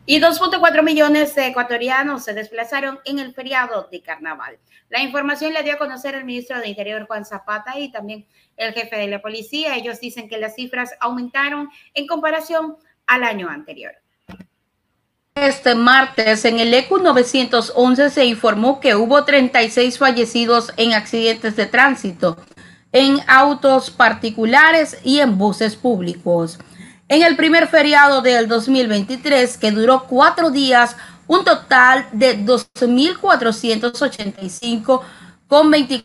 Y 2.4 millones de ecuatorianos se desplazaron en el feriado de carnaval. La información la dio a conocer el ministro de Interior, Juan Zapata, y también el jefe de la policía. Ellos dicen que las cifras aumentaron en comparación al año anterior. Este martes en el ECU 911 se informó que hubo 36 fallecidos en accidentes de tránsito, en autos particulares y en buses públicos. En el primer feriado del 2023, que duró 4 días, un total de 12.485 con 24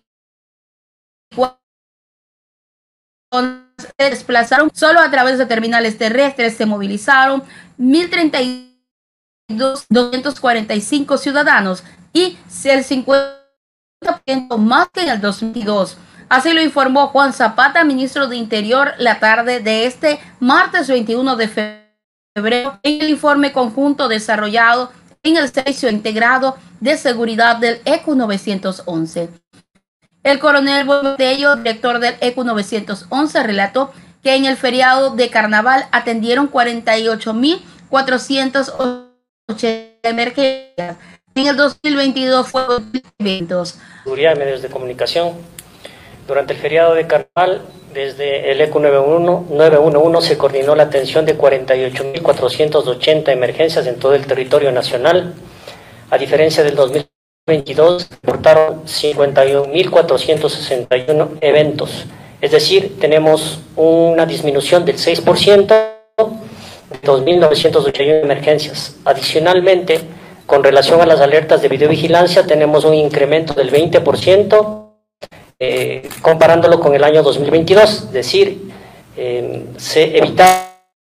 se desplazaron solo a través de terminales terrestres. Se movilizaron 1.032.245 ciudadanos y el 50% más que en el 2022. Así lo informó Juan Zapata, ministro de Interior, la tarde de este martes 21 de febrero, en el informe conjunto desarrollado en el Servicio Integrado de Seguridad del ECU 911. El coronel Botello, director del ECU 911, relató que en el feriado de carnaval atendieron 48.480 emergencias. En el 2022 fue eventos. Seguridad de medios de comunicación. Durante el feriado de carnaval, desde el ECU 911 se coordinó la atención de 48.480 emergencias en todo el territorio nacional. A diferencia del 2022, reportaron 51.461 eventos. Es decir, tenemos una disminución del 6% de 2.981 emergencias. Adicionalmente, con relación a las alertas de videovigilancia, tenemos un incremento del 20%. Comparándolo con el año 2022, es decir, se evitaron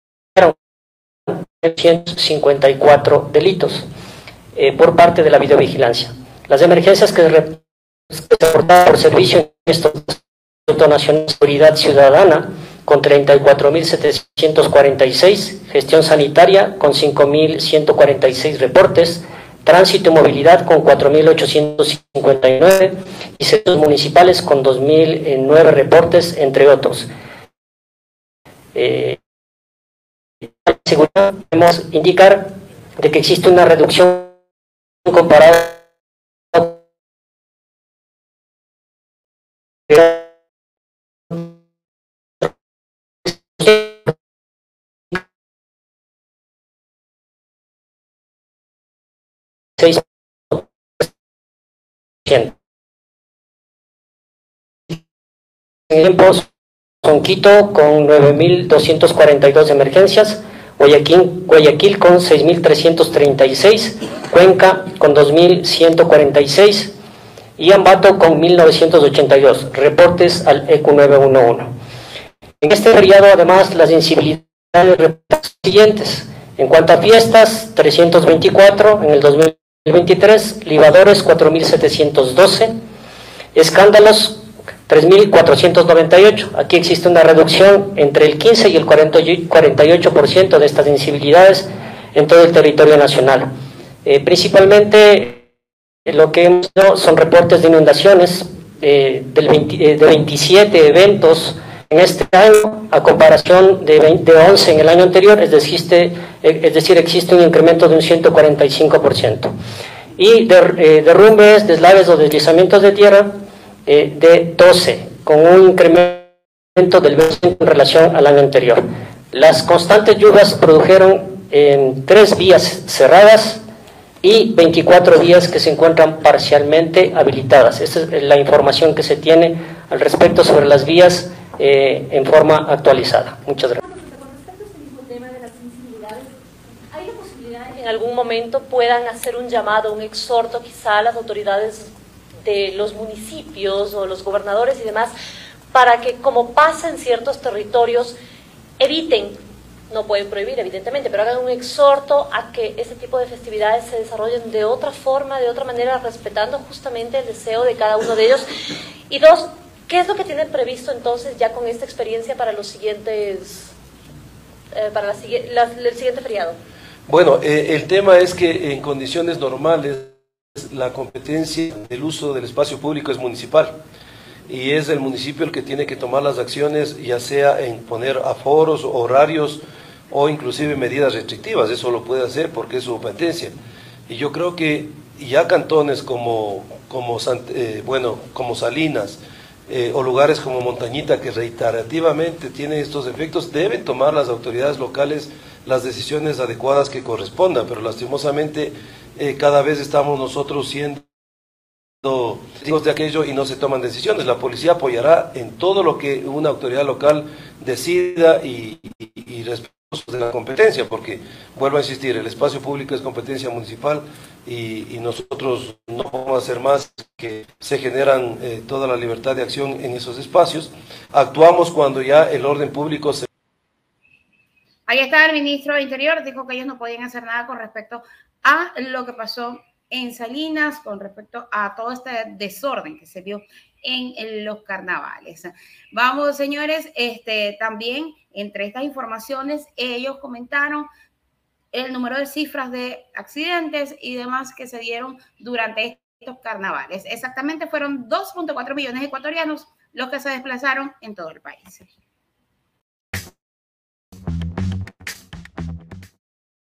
154 delitos por parte de la videovigilancia. Las emergencias que se reportaron por servicio en el Instituto Nacional de Seguridad Ciudadana con 34.746, gestión sanitaria con 5.146 reportes, tránsito y movilidad con 4.859 y centros municipales con 2.009 reportes, entre otros. Debemos indicar de que existe una reducción comparada tiempos con Quito con 9.242 emergencias, Guayaquil con 6.336, Cuenca con 2.146 y Ambato con 1.982 reportes al ECU 911. En este periodo, además, las incivilidades siguientes. En cuanto a fiestas, 324 en el 2023, libadores 4.712, escándalos 3.498. Aquí existe una reducción entre el 15 y el 48% de estas incivilidades en todo el territorio nacional. Principalmente lo que hemos visto son reportes de inundaciones de 27 eventos en este año, a comparación de 11 en el año anterior, es decir, existe un incremento de un 145%. Y derrumbes, deslaves o deslizamientos de tierra de 12, con un incremento del 20% en relación al año anterior. Las constantes lluvias produjeron 3 vías cerradas y 24 vías que se encuentran parcialmente habilitadas. Esta es la información que se tiene al respecto sobre las vías en forma actualizada. Muchas gracias. Con respecto a este mismo tema de las sensibilidades, ¿hay la posibilidad de que en algún momento puedan hacer un llamado, un exhorto quizá a las autoridades de los municipios o los gobernadores y demás, para que, como pasa en ciertos territorios, eviten, no pueden prohibir evidentemente, pero hagan un exhorto a que ese tipo de festividades se desarrollen de otra forma, de otra manera, respetando justamente el deseo de cada uno de ellos? Y dos, ¿qué es lo que tienen previsto entonces ya con esta experiencia para los siguientes, el siguiente feriado? Bueno, el tema es que en condiciones normales la competencia del uso del espacio público es municipal y es el municipio el que tiene que tomar las acciones, ya sea en poner aforos, horarios o inclusive medidas restrictivas. Eso lo puede hacer porque es su competencia. Y yo creo que ya cantones como Salinas, o lugares como Montañita, que reiterativamente tienen estos efectos, deben tomar las autoridades locales las decisiones adecuadas que correspondan, pero lastimosamente cada vez estamos nosotros siendo testigos de aquello y no se toman decisiones. La policía apoyará en todo lo que una autoridad local decida y respetuosos de la competencia, porque, vuelvo a insistir, el espacio público es competencia municipal y nosotros no podemos hacer más que se generan toda la libertad de acción en esos espacios. Actuamos cuando ya el orden público se... Ahí está el ministro de Interior, dijo que ellos no podían hacer nada con respecto a lo que pasó en Salinas, con respecto a todo este desorden que se dio en los carnavales. Vamos, señores, también entre estas informaciones, ellos comentaron el número de cifras de accidentes y demás que se dieron durante estos carnavales. Exactamente fueron 2.4 millones de ecuatorianos los que se desplazaron en todo el país.